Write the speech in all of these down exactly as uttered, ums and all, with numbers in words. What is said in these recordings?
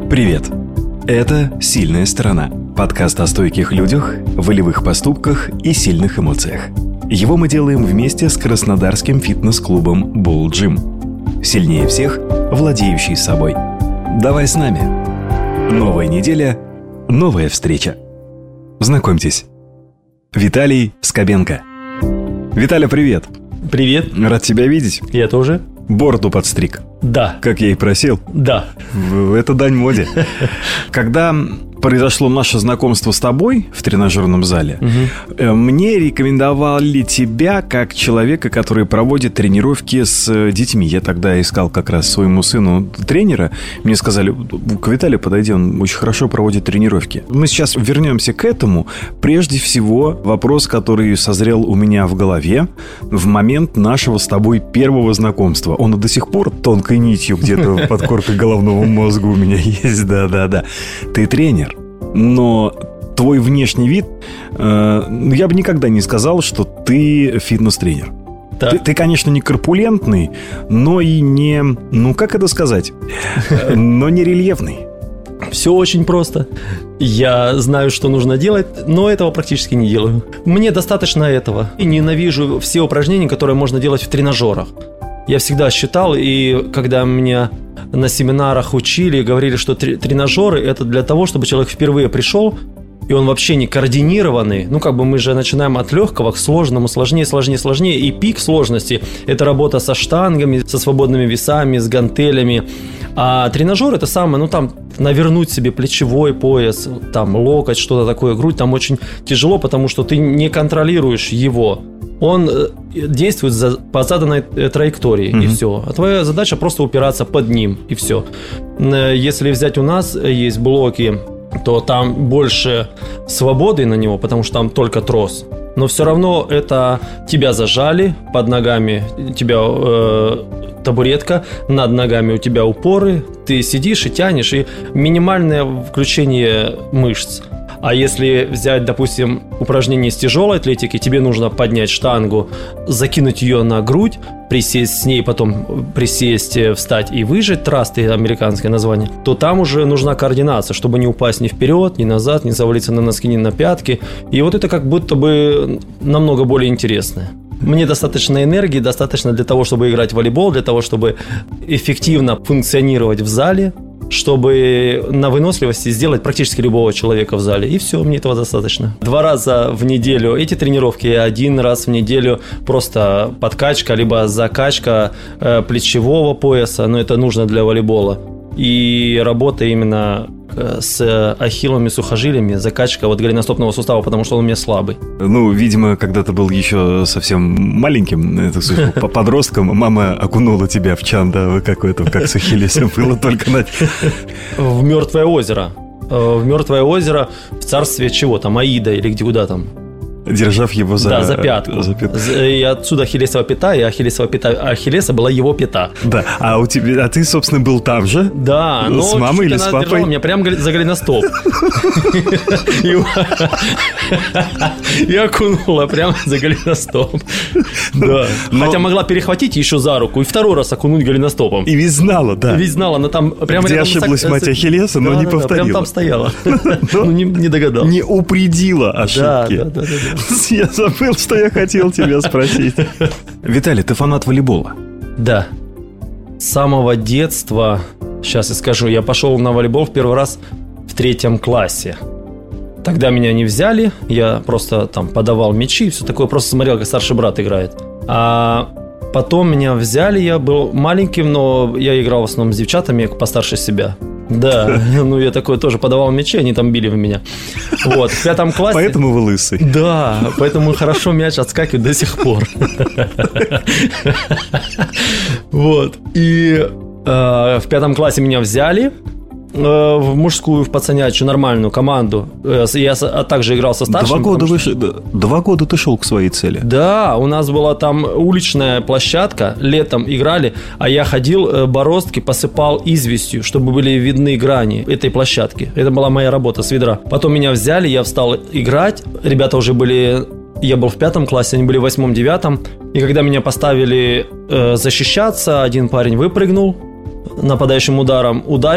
Привет! Это «Сильная сторона» – подкаст о стойких людях, волевых поступках и сильных эмоциях. Его мы делаем вместе с краснодарским фитнес-клубом Bull Gym. Сильнее всех, владеющий собой. Давай с нами. Новая неделя, новая встреча. Знакомьтесь. Виталий Скобенко. Виталя, привет! Привет. Рад тебя видеть. Я тоже. Бороду подстриг. Да. Как я и просил. Да. Это дань моде. Когда произошло наше знакомство с тобой в тренажерном зале, угу. мне рекомендовали тебя как человека, который проводит тренировки с детьми. Я тогда искал как раз своему сыну тренера. Мне сказали, к Виталию подойди, он очень хорошо проводит тренировки. Мы сейчас вернемся к этому. Прежде всего, вопрос, который созрел у меня в голове в момент нашего с тобой первого знакомства. Он и до сих пор тонкой нитью где-то в подкорке головного мозга у меня есть. Да-да-да. Ты тренер. Но твой внешний вид, э, я бы никогда не сказал, что ты фитнес-тренер. Да. Ты, ты, конечно, не корпулентный, но и не, ну как это сказать, но не рельефный. Все очень просто. Я знаю, что нужно делать, но этого практически не делаю. Мне достаточно этого. И ненавижу все упражнения, которые можно делать в тренажерах. Я всегда считал, и когда меня на семинарах учили, говорили, что тренажеры – это для того, чтобы человек впервые пришел, и он вообще не координированный. Ну, как бы мы же начинаем от легкого к сложному, сложнее, сложнее, сложнее. И пик сложности – это работа со штангами, со свободными весами, с гантелями. А тренажер – это самое, ну, там, навернуть себе плечевой пояс, там, локоть, что-то такое, грудь. Там очень тяжело, потому что ты не контролируешь его. Он действует за, по заданной траектории, mm-hmm. и все. А твоя задача просто упираться под ним, и все. Если взять у нас есть блоки, то там больше свободы на него, потому что там только трос. Но все равно это тебя зажали, под ногами у тебя э, табуретка, над ногами у тебя упоры, ты сидишь и тянешь, и минимальное включение мышц. А если взять, допустим, упражнение с тяжелой атлетики, тебе нужно поднять штангу, закинуть ее на грудь, присесть с ней, потом присесть, встать и выжать, траст, американское название, то там уже нужна координация, чтобы не упасть ни вперед, ни назад, не завалиться на носки, ни на пятки. И вот это как будто бы намного более интересно. Мне достаточно энергии, достаточно для того, чтобы играть в волейбол, для того, чтобы эффективно функционировать в зале, чтобы на выносливости сделать практически любого человека в зале. И все, мне этого достаточно. Два раза в неделю эти тренировки, один раз в неделю просто подкачка, либо закачка э, плечевого пояса, но это нужно для волейбола. И работа именно с ахилловыми сухожилиями, закачка вот голеностопного сустава, потому что он у меня слабый. Ну, видимо, когда ты был еще совсем маленьким, это, подростком, мама окунула тебя в чан, да, какой-то, как с ахиллесом было только на... В Мертвое озеро. В Мертвое озеро в царстве чего там, Аида или где куда там. Держав его за... Да, за пятку. За пятку. И отсюда ахиллесова пята, и ахиллесова пята Ахиллеса была его пята. Да, а у тебя, а ты, собственно, был там же? Да, но с мамой или с папой? Держала меня прямо за голеностоп. И окунула прямо за голеностоп. Да. Хотя могла перехватить еще за руку и второй раз окунуть голеностопом. И ведь знала, да. Ведь знала, но там прямо... Где ошиблась мать Ахиллеса, но не повторила. Прям там стояла. Ну, не догадалась. Не упредила ошибки. Да, да, да. Я забыл, что я хотел тебя спросить. Виталий, ты фанат волейбола? Да. С самого детства, сейчас я скажу, я пошел на волейбол в первый раз в третьем классе. Тогда меня не взяли, я просто там подавал мячи и все такое, просто смотрел, как старший брат играет. А потом меня взяли, я был маленьким, но я играл в основном с девчатами постарше себя. Да, ну я такой тоже подавал мячи, они там били в меня. Вот, в пятом классе... Поэтому вы лысый. Да, поэтому хорошо мяч отскакивает до сих пор. Вот, и э, в пятом классе меня взяли э, в мужскую, в пацанячью, нормальную команду. Я а также играл со старшим. Два года, вы, что... два года ты шел к своей цели. Да, у нас была там уличная площадка, летом играли, а я ходил, бороздки посыпал известью, чтобы были видны грани этой площадки. Это была моя работа с ведра. Потом меня взяли, я встал играть, ребята уже были... Я был в пятом классе, они были в восьмом-девятом. И когда меня поставили э, защищаться, один парень выпрыгнул, нападающим ударом ударил,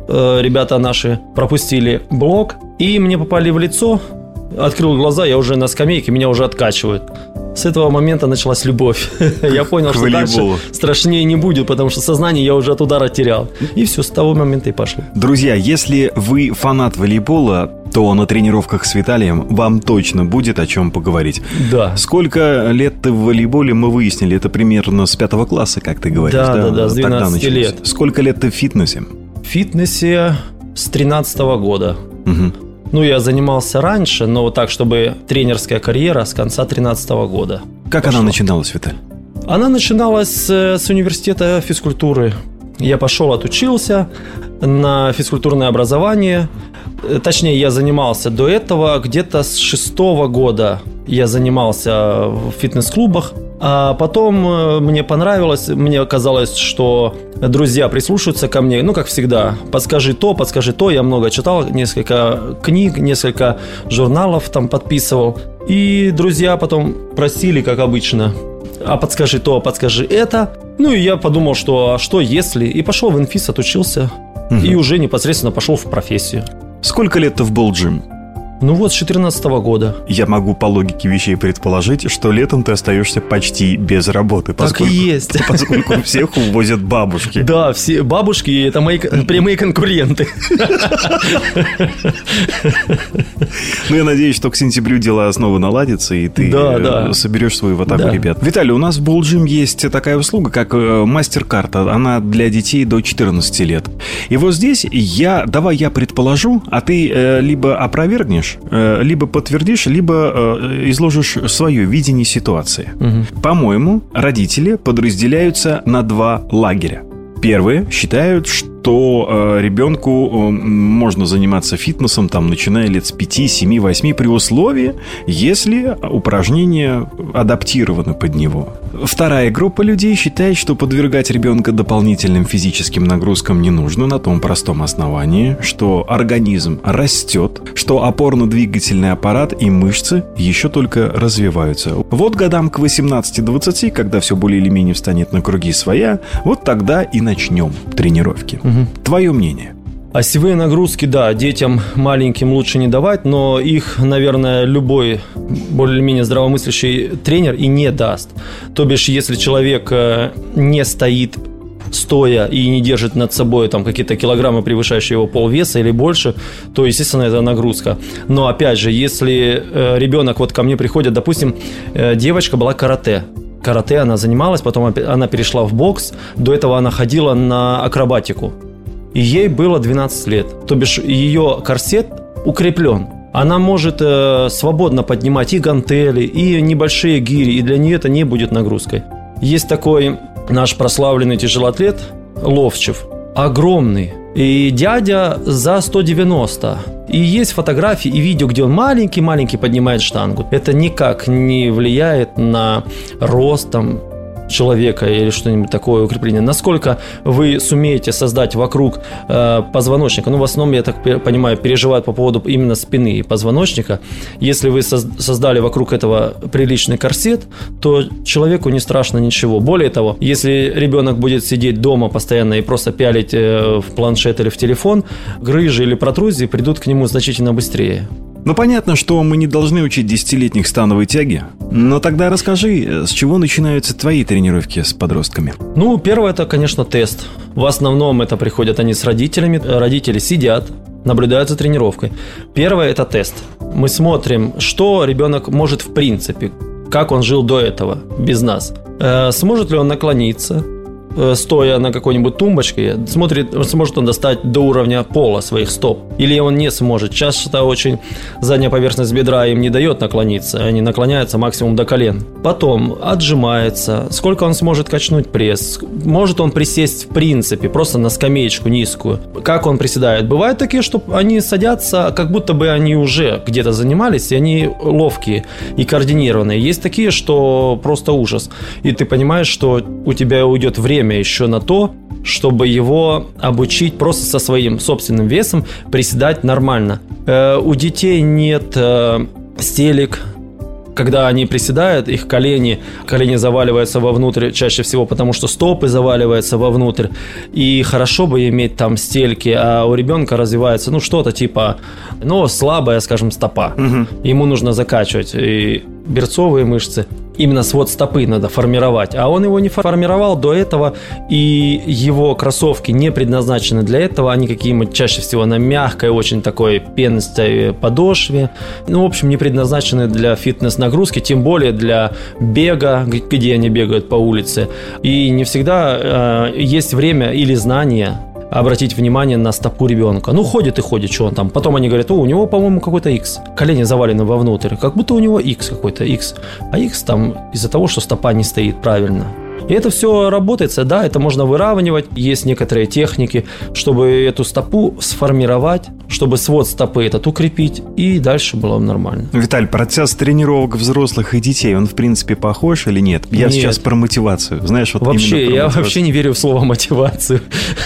ребята наши пропустили блок, и мне попали в лицо. Открыл глаза, я уже на скамейке, меня уже откачивают. С этого момента началась любовь. Я понял, что дальше страшнее не будет, потому что сознание я уже от удара терял. И все, с того момента и пошло. Друзья, если вы фанат волейбола, то на тренировках с Виталием вам точно будет о чем поговорить. Да. Сколько лет ты в волейболе, мы выяснили, это примерно с пятого класса, как ты говоришь. Да, да, да, да, с двенадцати лет. Сколько лет ты в фитнесе? В фитнесе с тринадцатого года. Угу. Ну, я занимался раньше, но так, чтобы тренерская карьера с конца тринадцатого года. Как пошла. Она начиналась, Виталий? Она начиналась с, с университета физкультуры. Я пошел, отучился на физкультурное образование. Точнее, я занимался до этого где-то с шестого года. Я занимался в фитнес-клубах. А потом мне понравилось, мне казалось, что друзья прислушиваются ко мне, ну, как всегда, подскажи то, подскажи то. Я много читал, несколько книг, несколько журналов там подписывал. И друзья потом просили, как обычно, а подскажи то, подскажи это. Ну, и я подумал, что а что если? И пошел в инфис, отучился, угу. И уже непосредственно пошел в профессию. Сколько лет ты в Болджим? Ну вот, с четырнадцатого года. Я могу по логике вещей предположить, что летом ты остаешься почти без работы. Так и есть. Поскольку всех увозят бабушки. Да, все бабушки – это мои прямые конкуренты. Ну, я надеюсь, что к сентябрю дела снова наладятся, и ты да, да. соберешь свою ватагу да. ребят. Виталий, у нас в Болджим есть такая услуга, как мастер-карта. Она для детей до четырнадцати лет. И вот здесь я, давай я предположу, а ты э, либо опровергнешь, либо подтвердишь, либо изложишь свое видение ситуации. Угу. По-моему, родители подразделяются на два лагеря. Первые считают, что ребенку можно заниматься фитнесом, там, начиная лет с пяти, семи, восьми, при условии, если упражнения адаптированы под него. Вторая группа людей считает, что подвергать ребенка дополнительным физическим нагрузкам не нужно на том простом основании, что организм растет, что опорно-двигательный аппарат и мышцы еще только развиваются. Вот годам к восемнадцати-двадцати, когда все более или менее встанет на круги своя, вот тогда и начнем тренировки. Угу. Твое мнение? Осевые нагрузки, да, детям маленьким лучше не давать, но их, наверное, любой более-менее здравомыслящий тренер и не даст. То бишь, если человек не стоит стоя и не держит над собой там какие-то килограммы, превышающие его полвеса или больше, то, естественно, это нагрузка. Но, опять же, если ребенок, вот ко мне приходит, допустим, девочка была карате, карате она занималась, потом она перешла в бокс, до этого она ходила на акробатику. И ей было двенадцать лет. То бишь ее корсет укреплен. Она может э, свободно поднимать и гантели, и небольшие гири, и для нее это не будет нагрузкой. Есть такой наш прославленный тяжелоатлет Ловчев. Огромный. И дядя за сто девяносто. И есть фотографии и видео, где он маленький-маленький поднимает штангу. Это никак не влияет на рост там человека или что-нибудь такое, укрепление. Насколько вы сумеете создать вокруг э, позвоночника, ну, в основном, я так понимаю, переживают по поводу именно спины и позвоночника. Если вы соз- создали вокруг этого приличный корсет, то человеку не страшно ничего. Более того, если ребенок будет сидеть дома постоянно и просто пялить э, в планшет или в телефон, грыжи или протрузии придут к нему значительно быстрее. Ну, понятно, что мы не должны учить десятилетних становой тяги. Но тогда расскажи, с чего начинаются твои тренировки с подростками? Ну, первое, это, конечно, тест. В основном это приходят они с родителями. Родители сидят, наблюдают за тренировкой. Первое – это тест. Мы смотрим, что ребенок может в принципе, как он жил до этого, без нас. Э, сможет ли он наклониться, стоя на какой-нибудь тумбочке, смотрит, сможет он достать до уровня пола своих стоп, или он не сможет. Часто очень задняя поверхность бедра им не дает наклониться, они наклоняются максимум до колен. Потом отжимается, сколько он сможет качнуть пресс, может он присесть в принципе, просто на скамеечку низкую, как он приседает. Бывают такие, что они садятся, как будто бы они уже где-то занимались, и они ловкие и координированные. Есть такие, что просто ужас, и ты понимаешь, что у тебя уйдет время еще на то, чтобы его обучить просто со своим собственным весом приседать нормально. Э, у детей нет э, стелек, Когда они приседают, их колени, колени заваливаются вовнутрь чаще всего, потому что стопы заваливаются вовнутрь. И хорошо бы иметь там стельки, а у ребенка развивается, ну, что-то типа, ну, слабая, скажем, стопа. Угу. Ему нужно закачивать и берцовые мышцы. Именно свод стопы надо формировать. А он его не формировал до этого, и его кроссовки не предназначены для этого. Они какие-нибудь чаще всего на мягкой, очень такой пенистой подошве. Ну, в общем, не предназначены для фитнес-нагрузки, тем более для бега, где они бегают по улице. И не всегда э, есть время или знания обратить внимание на стопу ребенка. Ну, ходит и ходит, что он там. Потом они говорят, о, у него, по-моему, какой-то X. Колени завалены вовнутрь. Как будто у него X какой-то, X. А X там из-за того, что стопа не стоит правильно. И это все работается, да, это можно выравнивать. Есть некоторые техники, чтобы эту стопу сформировать, чтобы свод стопы этот укрепить, и дальше было нормально. Виталь, процесс тренировок взрослых и детей, он в принципе похож или нет? Я нет. сейчас про мотивацию. Знаешь, вот вообще, именно про я мотивацию. вообще не верю в слово мотивацию.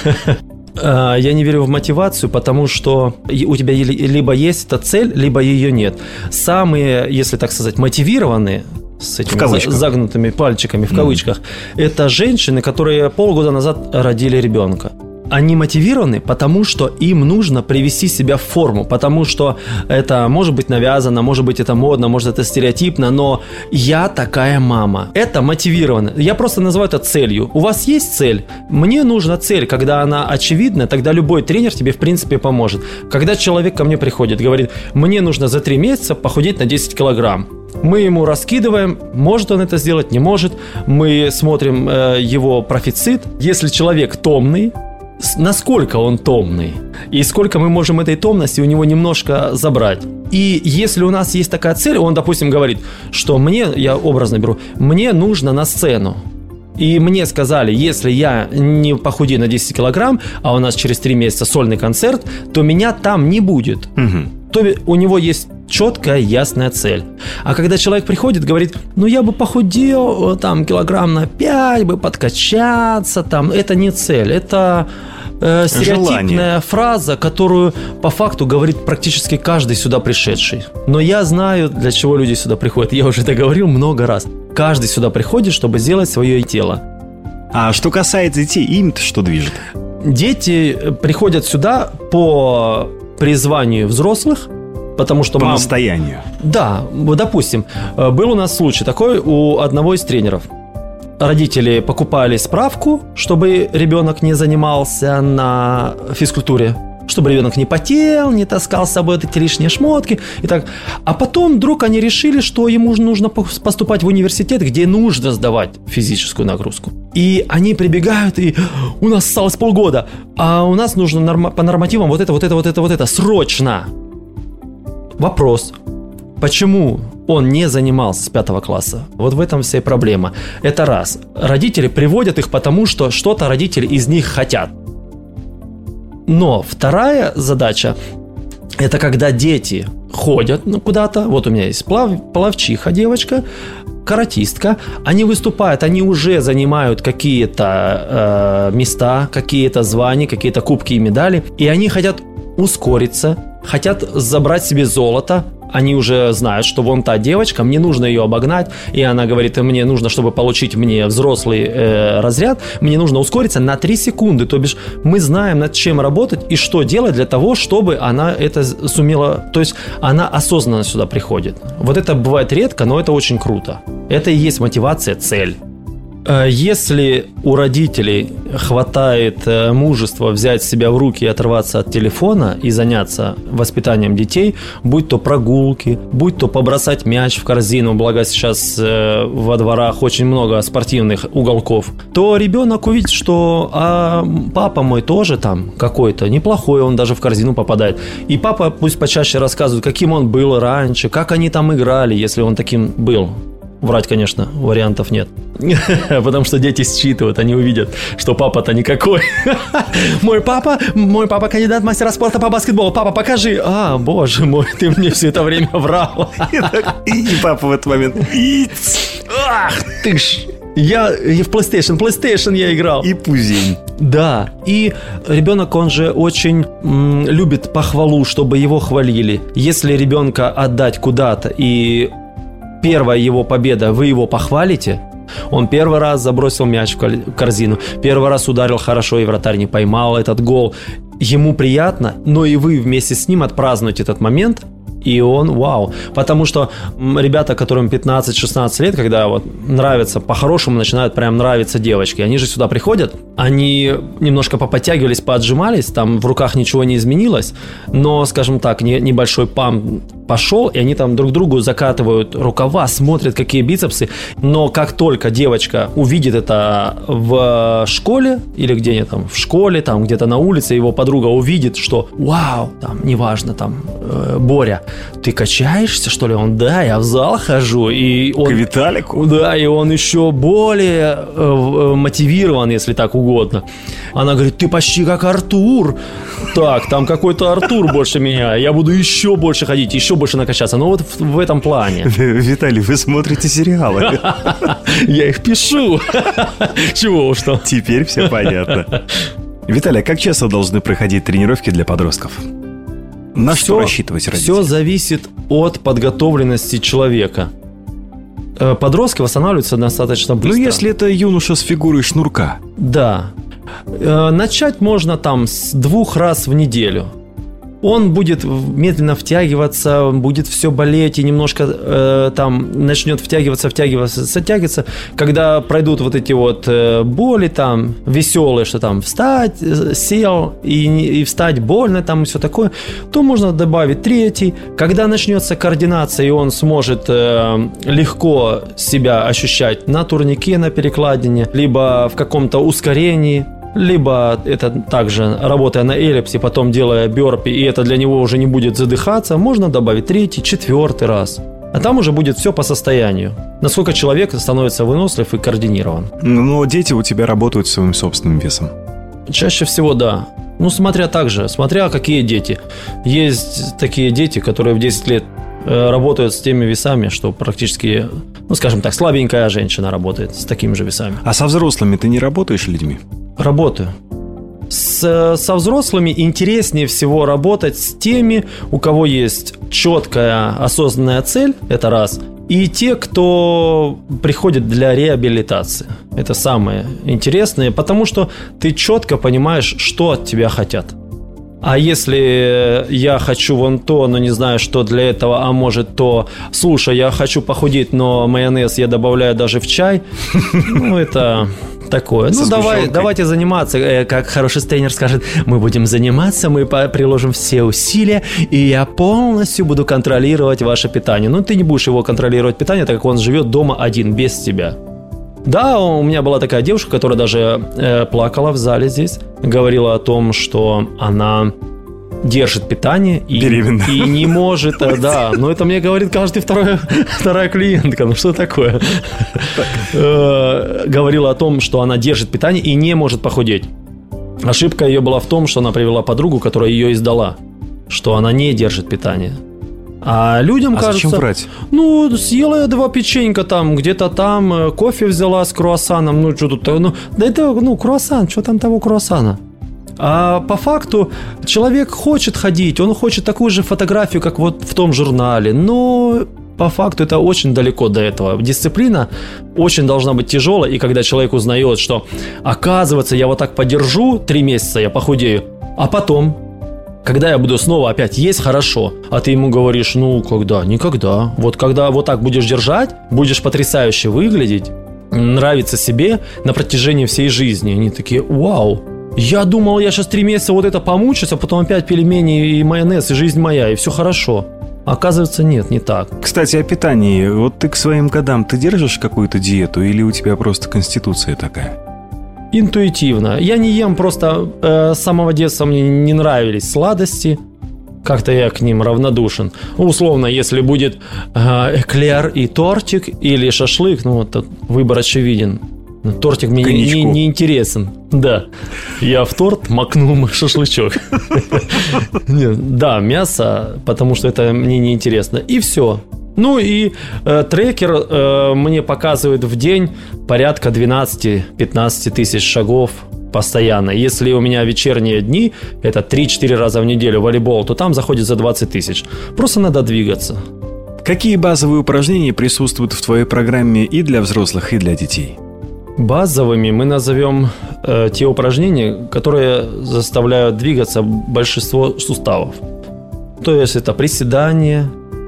Я не верю в мотивацию, потому что у тебя либо есть эта цель, либо ее нет. Самые, если так сказать, мотивированные, с этими загнутыми пальчиками в кавычках, mm. это женщины, которые полгода назад родили ребенка. Они мотивированы, потому что им нужно привести себя в форму, потому что это может быть навязано, может быть это модно, может это стереотипно, но я такая мама. Это мотивировано. Я просто называю это целью. У вас есть цель? Мне нужна цель. Когда она очевидна, тогда любой тренер тебе в принципе поможет. Когда человек ко мне приходит, говорит, мне нужно за три месяца похудеть на десять килограмм. Мы ему раскидываем, может он это сделать, не может. Мы смотрим э, его профицит. Если человек томный, насколько он томный и сколько мы можем этой томности у него немножко забрать. И если у нас есть такая цель, он, допустим, говорит, что мне, я образно беру, мне нужно на сцену. И мне сказали, если я не похудею на десять килограмм, а у нас через три месяца сольный концерт, то меня там не будет. Угу. То у него есть четкая, ясная цель. А когда человек приходит, говорит, ну я бы похудел там килограмм на пять, бы подкачаться, там, это не цель, это э, стереотипная желание. Фраза, которую по факту говорит практически каждый сюда пришедший. Но я знаю, для чего люди сюда приходят. Я уже это говорил много раз. Каждый сюда приходит, чтобы сделать свое тело. А что касается детей, им-то что движет? Дети приходят сюда по призванию взрослых, потому что по мам... настоянию. Да, допустим, был у нас случай такой у одного из тренеров. Родители покупали справку, чтобы ребенок не занимался на физкультуре, чтобы ребенок не потел, не таскал с собой эти лишние шмотки и так. А потом вдруг они решили, что ему нужно поступать в университет, где нужно сдавать физическую нагрузку. И они прибегают, и у нас осталось полгода, а у нас нужно норм... по нормативам вот это, вот это, вот это, вот это, срочно. Вопрос, почему он не занимался с пятого класса? Вот в этом вся проблема. Это раз. Родители приводят их потому, что что-то родители из них хотят. Но вторая задача – это когда дети ходят ну, куда-то. Вот у меня есть плав, плавчиха девочка, каратистка. Они выступают, они уже занимают какие-то э, места, какие-то звания, какие-то кубки и медали. И они хотят ускориться, хотят забрать себе золото. Они уже знают, что вон та девочка, мне нужно ее обогнать. И она говорит, мне нужно, чтобы получить мне взрослый э, разряд, мне нужно ускориться на три секунды. То бишь мы знаем, над чем работать и что делать для того, чтобы она это сумела... То есть она осознанно сюда приходит. Вот это бывает редко, но это очень круто. Это и есть мотивация, цель. Если у родителей хватает мужества взять себя в руки и оторваться от телефона и заняться воспитанием детей, будь то прогулки, будь то побросать мяч в корзину, благо сейчас во дворах очень много спортивных уголков, то ребенок увидит, что а папа мой тоже там какой-то неплохой, он даже в корзину попадает. И папа пусть почаще рассказывает, каким он был раньше, как они там играли, если он таким был. Врать, конечно, вариантов нет. Потому что дети считывают, они увидят, что папа-то никакой. Мой папа, мой папа кандидат мастера спорта по баскетболу. Папа, покажи. А, боже мой, ты мне все это время врал. И папа в этот момент. Ах ты ж. Я, я в PlayStation, PlayStation я играл. И пузень. Да, и ребенок, он же очень м, любит похвалу, чтобы его хвалили. Если ребенка отдать куда-то и первая его победа, вы его похвалите. Он первый раз забросил мяч в корзину, первый раз ударил хорошо, и вратарь не поймал этот гол. Ему приятно, но и вы вместе с ним отпразднуете этот момент, и он вау. Потому что ребята, которым пятнадцать-шестнадцать лет, когда вот нравится, по-хорошему начинают прям нравиться девочки, они же сюда приходят, они немножко поподтягивались, поотжимались, там в руках ничего не изменилось, но, скажем так, не, небольшой памп пошел, и они там друг другу закатывают рукава, смотрят, какие бицепсы, но как только девочка увидит это в школе, или где они там, в школе, там где-то на улице, его подруга увидит, что вау, там, неважно, там, э, Боря, ты качаешься, что ли? Он, да, я в зал хожу. И он, к Виталику? Да, и он еще более э, мотивирован, если так угодно. Она говорит, ты почти как Артур. Так, там какой-то Артур больше меня. Я буду еще больше ходить, еще больше накачаться. Ну вот в, в этом плане. Виталий, вы смотрите сериалы. Я их пишу. Чего уж там. Теперь все понятно. Виталий, а как часто должны проходить тренировки для подростков? На все, что рассчитывать родители? Все зависит от подготовленности человека. Подростки восстанавливаются достаточно быстро. Ну, если это юноша с фигурой шнурка. Да. Начать можно там с двух раз в неделю. Он будет медленно втягиваться, будет все болеть и немножко э, там начнет втягиваться, втягиваться, затягиваться. Когда пройдут вот эти вот э, боли там, веселые, что там встать, сел и, и встать больно там и все такое, то можно добавить третий. Когда начнется координация, и он сможет э, легко себя ощущать на турнике, на перекладине, либо в каком-то ускорении, либо это также работая на эллипсе, потом делая бёрпи, и это для него уже не будет задыхаться, можно добавить третий, четвертый раз. А там уже будет все по состоянию. Насколько человек становится вынослив и координирован. Но дети у тебя работают своим собственным весом. Чаще всего да. Ну, смотря также, смотря какие дети. Есть такие дети, которые в десять лет работают с теми весами, что практически, ну, скажем так, слабенькая женщина работает с такими же весами. А со взрослыми ты не работаешь людьми? Работаю. С, со взрослыми интереснее всего работать с теми, у кого есть четкая осознанная цель, это раз, и те, кто приходит для реабилитации. Это самое интересное, потому что ты четко понимаешь, что от тебя хотят. А если я хочу вон то, но не знаю, что для этого, а может то, слушай, я хочу похудеть, но майонез я добавляю даже в чай, ну это... такое. Ну, давай, давайте заниматься. Как хороший тренер скажет, мы будем заниматься, мы приложим все усилия, и я полностью буду контролировать ваше питание. Ну, ты не будешь его контролировать питание, так как он живет дома один, без тебя. Да, у меня была такая девушка, которая даже э, плакала в зале здесь, говорила о том, что она держит питание и, и не может, да, но это мне говорит каждый второй, вторая клиентка, ну что такое? Говорила о том, что она держит питание и не может похудеть. Ошибка ее была в том, что она привела подругу, которая ее издала, что она не держит питание. А людям а кажется... зачем врать? Ну, съела я два печенька там, где-то там, кофе взяла с круассаном, ну, что тут... Ну, да это, ну, круассан, что там того круассана? А по факту человек хочет ходить, он хочет такую же фотографию, как вот в том журнале, но по факту это очень далеко до этого. Дисциплина очень должна быть тяжелой, и когда человек узнает, что оказывается, я вот так подержу три месяца, я похудею, а потом, когда я буду снова опять есть, хорошо, а ты ему говоришь, ну, когда? Никогда. Вот когда вот так будешь держать, будешь потрясающе выглядеть, нравиться себе на протяжении всей жизни. Они такие, вау. Я думал, я сейчас три месяца вот это помучусь, а потом опять пельмени и майонез, и жизнь моя, и все хорошо. Оказывается, нет, не так. Кстати, о питании. Вот ты к своим годам, ты держишь какую-то диету или у тебя просто конституция такая? Интуитивно. Я не ем, просто э, с самого детства мне не нравились сладости. Как-то я к ним равнодушен. Условно, если будет э, эклер и тортик или шашлык, ну вот выбор очевиден. Тортик мне не, не, не интересен. Да. Я в торт макнул шашлычок. Да, мясо, потому что это мне не интересно. И все. Ну и э, трекер э, мне показывает в день порядка двенадцать-пятнадцать тысяч шагов постоянно. Если у меня вечерние дни, это три-четыре раза в неделю волейбол, то там заходит за двадцать тысяч. Просто надо двигаться. Какие базовые упражнения присутствуют в твоей программе и для взрослых, и для детей? Базовыми мы назовем э, те упражнения, которые заставляют двигаться большинство суставов. То есть это приседание,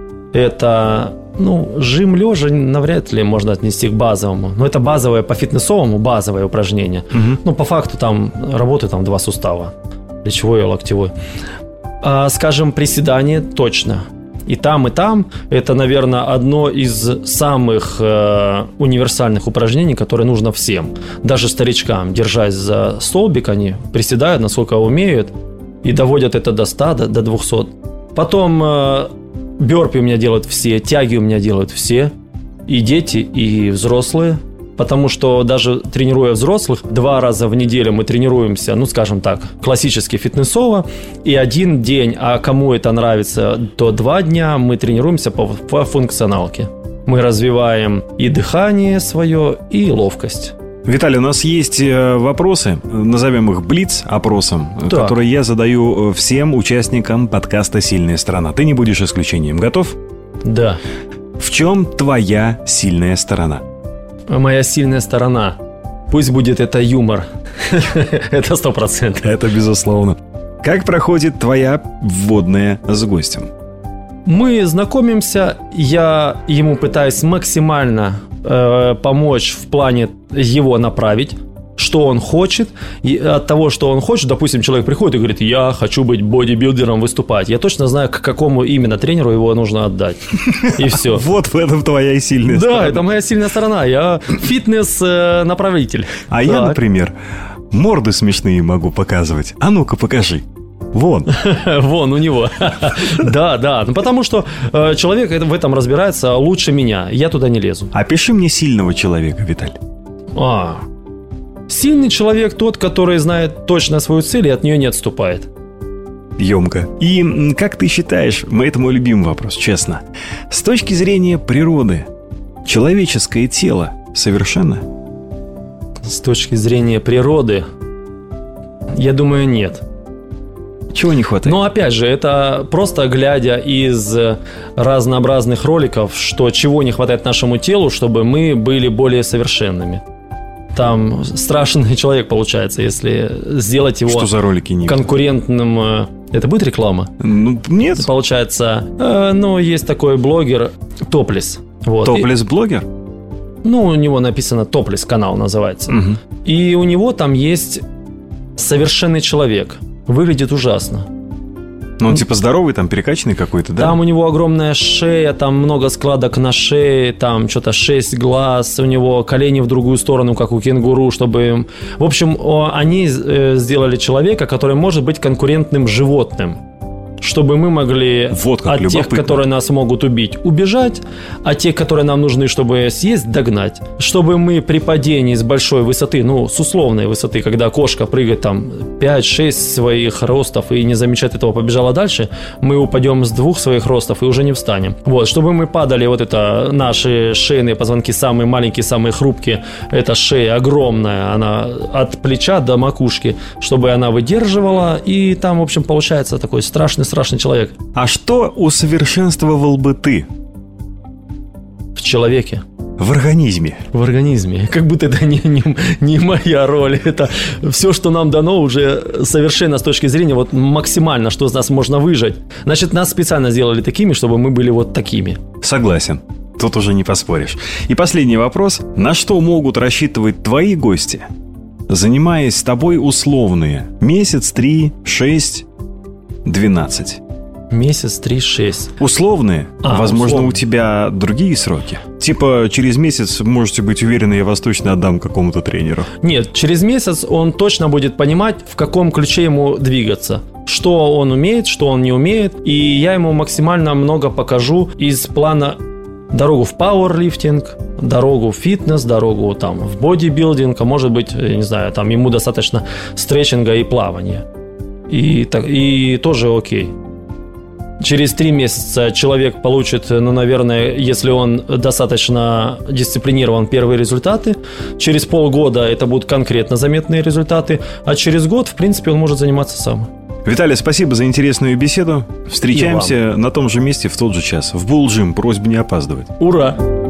это, ну, жим лежа навряд ли можно отнести к базовому. Но это базовое по фитнесовому, базовое упражнение. Угу. Ну, по факту там работают там два сустава, плечевой и локтевой. А, скажем, приседание точно. И там, и там это, наверное, одно из самых э, универсальных упражнений, которые нужно всем. Даже старичкам, держась за столбик, они приседают, насколько умеют, и доводят это до ста, до, до двухсот. Потом э, бёрпи у меня делают все, тяги у меня делают все, и дети, и взрослые. Потому что даже тренируя взрослых, два раза в неделю мы тренируемся, ну, скажем так, классически фитнесово, и один день, а кому это нравится, то два дня мы тренируемся по, по функционалке. Мы развиваем и дыхание свое, и ловкость. Виталий, у нас есть вопросы, назовем их блиц-опросом, да, которые я задаю всем участникам подкаста «Сильная сторона». Ты не будешь исключением. Готов? Да. В чем твоя сильная сторона? Моя сильная сторона. Пусть будет это юмор. Это сто процентов. Это безусловно. Как проходит твоя вводная с гостем? Мы знакомимся. Я ему пытаюсь максимально э, помочь в плане его направить, что он хочет. И от того, что он хочет, допустим, человек приходит и говорит: я хочу быть бодибилдером, выступать. Я точно знаю, к какому именно тренеру его нужно отдать. И все. Вот в этом твоя сильная сторона. Да, это моя сильная сторона. Я фитнес-направитель. А я, например, морды смешные могу показывать. А ну-ка, покажи. Вон. Вон у него. Да, да. Ну, потому что э, человек в этом разбирается лучше меня. Я туда не лезу. Опиши мне сильного человека, Виталий. А, сильный человек тот, который знает точно свою цель и от нее не отступает. Емко. И как ты считаешь, это мой любимый вопрос, честно, с точки зрения природы, человеческое тело совершенно? С точки зрения природы, я думаю, нет. Чего не хватает? Но опять же, это просто глядя из разнообразных роликов, что чего не хватает нашему телу, чтобы мы были более совершенными. Там страшный человек получается, если сделать его что за ролики не конкурентным. Это будет реклама? Ну, нет. Это получается, э, ну, есть такой блогер Топлес. Вот. Топлес-блогер? Ну, у него написано Топлес, канал называется. Угу. И у него там есть совершенный человек. Выглядит ужасно. Ну, он типа здоровый, там перекачанный какой-то, да? Там у него огромная шея, там много складок на шее, там что-то шесть глаз, у него колени в другую сторону, как у кенгуру, чтобы... В общем, они сделали человека, который может быть конкурентным животным, чтобы мы могли вот как от любопытно. Тех, которые нас могут убить, убежать, а тех, которые нам нужны, чтобы съесть, догнать. Чтобы мы при падении с большой высоты, ну, с условной высоты, когда кошка прыгает там пять-шесть своих ростов и не замечает этого, побежала дальше, мы упадем с двух своих ростов и уже не встанем. Вот, чтобы мы падали, вот это наши шейные позвонки самые маленькие, самые хрупкие, эта шея огромная, она от плеча до макушки, чтобы она выдерживала, и там, в общем, получается такой страшный страшный человек. А что усовершенствовал бы ты? В человеке. В организме. В организме. Как будто это не, не, не моя роль. Это все, что нам дано, уже совершенно с точки зрения вот максимально, что из нас можно выжать. Значит, нас специально сделали такими, чтобы мы были вот такими. Согласен. Тут уже не поспоришь. И последний вопрос. На что могут рассчитывать твои гости, занимаясь с тобой условные месяц, три, шесть... двенадцать. Месяц, три, шесть. Условные? А, возможно, условно. У тебя другие сроки? Типа, через месяц можете быть уверены, я вас точно отдам какому-то тренеру. Нет, через месяц он точно будет понимать, в каком ключе ему двигаться. Что он умеет, что он не умеет. И я ему максимально много покажу из плана дорогу в пауэрлифтинг, дорогу в фитнес, дорогу там в бодибилдинг, а может быть, я не знаю, там ему достаточно стретчинга и плавания. И, так, и тоже окей. Через три месяца человек получит, ну, наверное, если он достаточно дисциплинирован, первые результаты. Через полгода это будут конкретно заметные результаты. А через год, в принципе, он может заниматься сам. Виталий, спасибо за интересную беседу. Встречаемся на том же месте в тот же час. В Булджим. Просьба не опаздывать. Ура!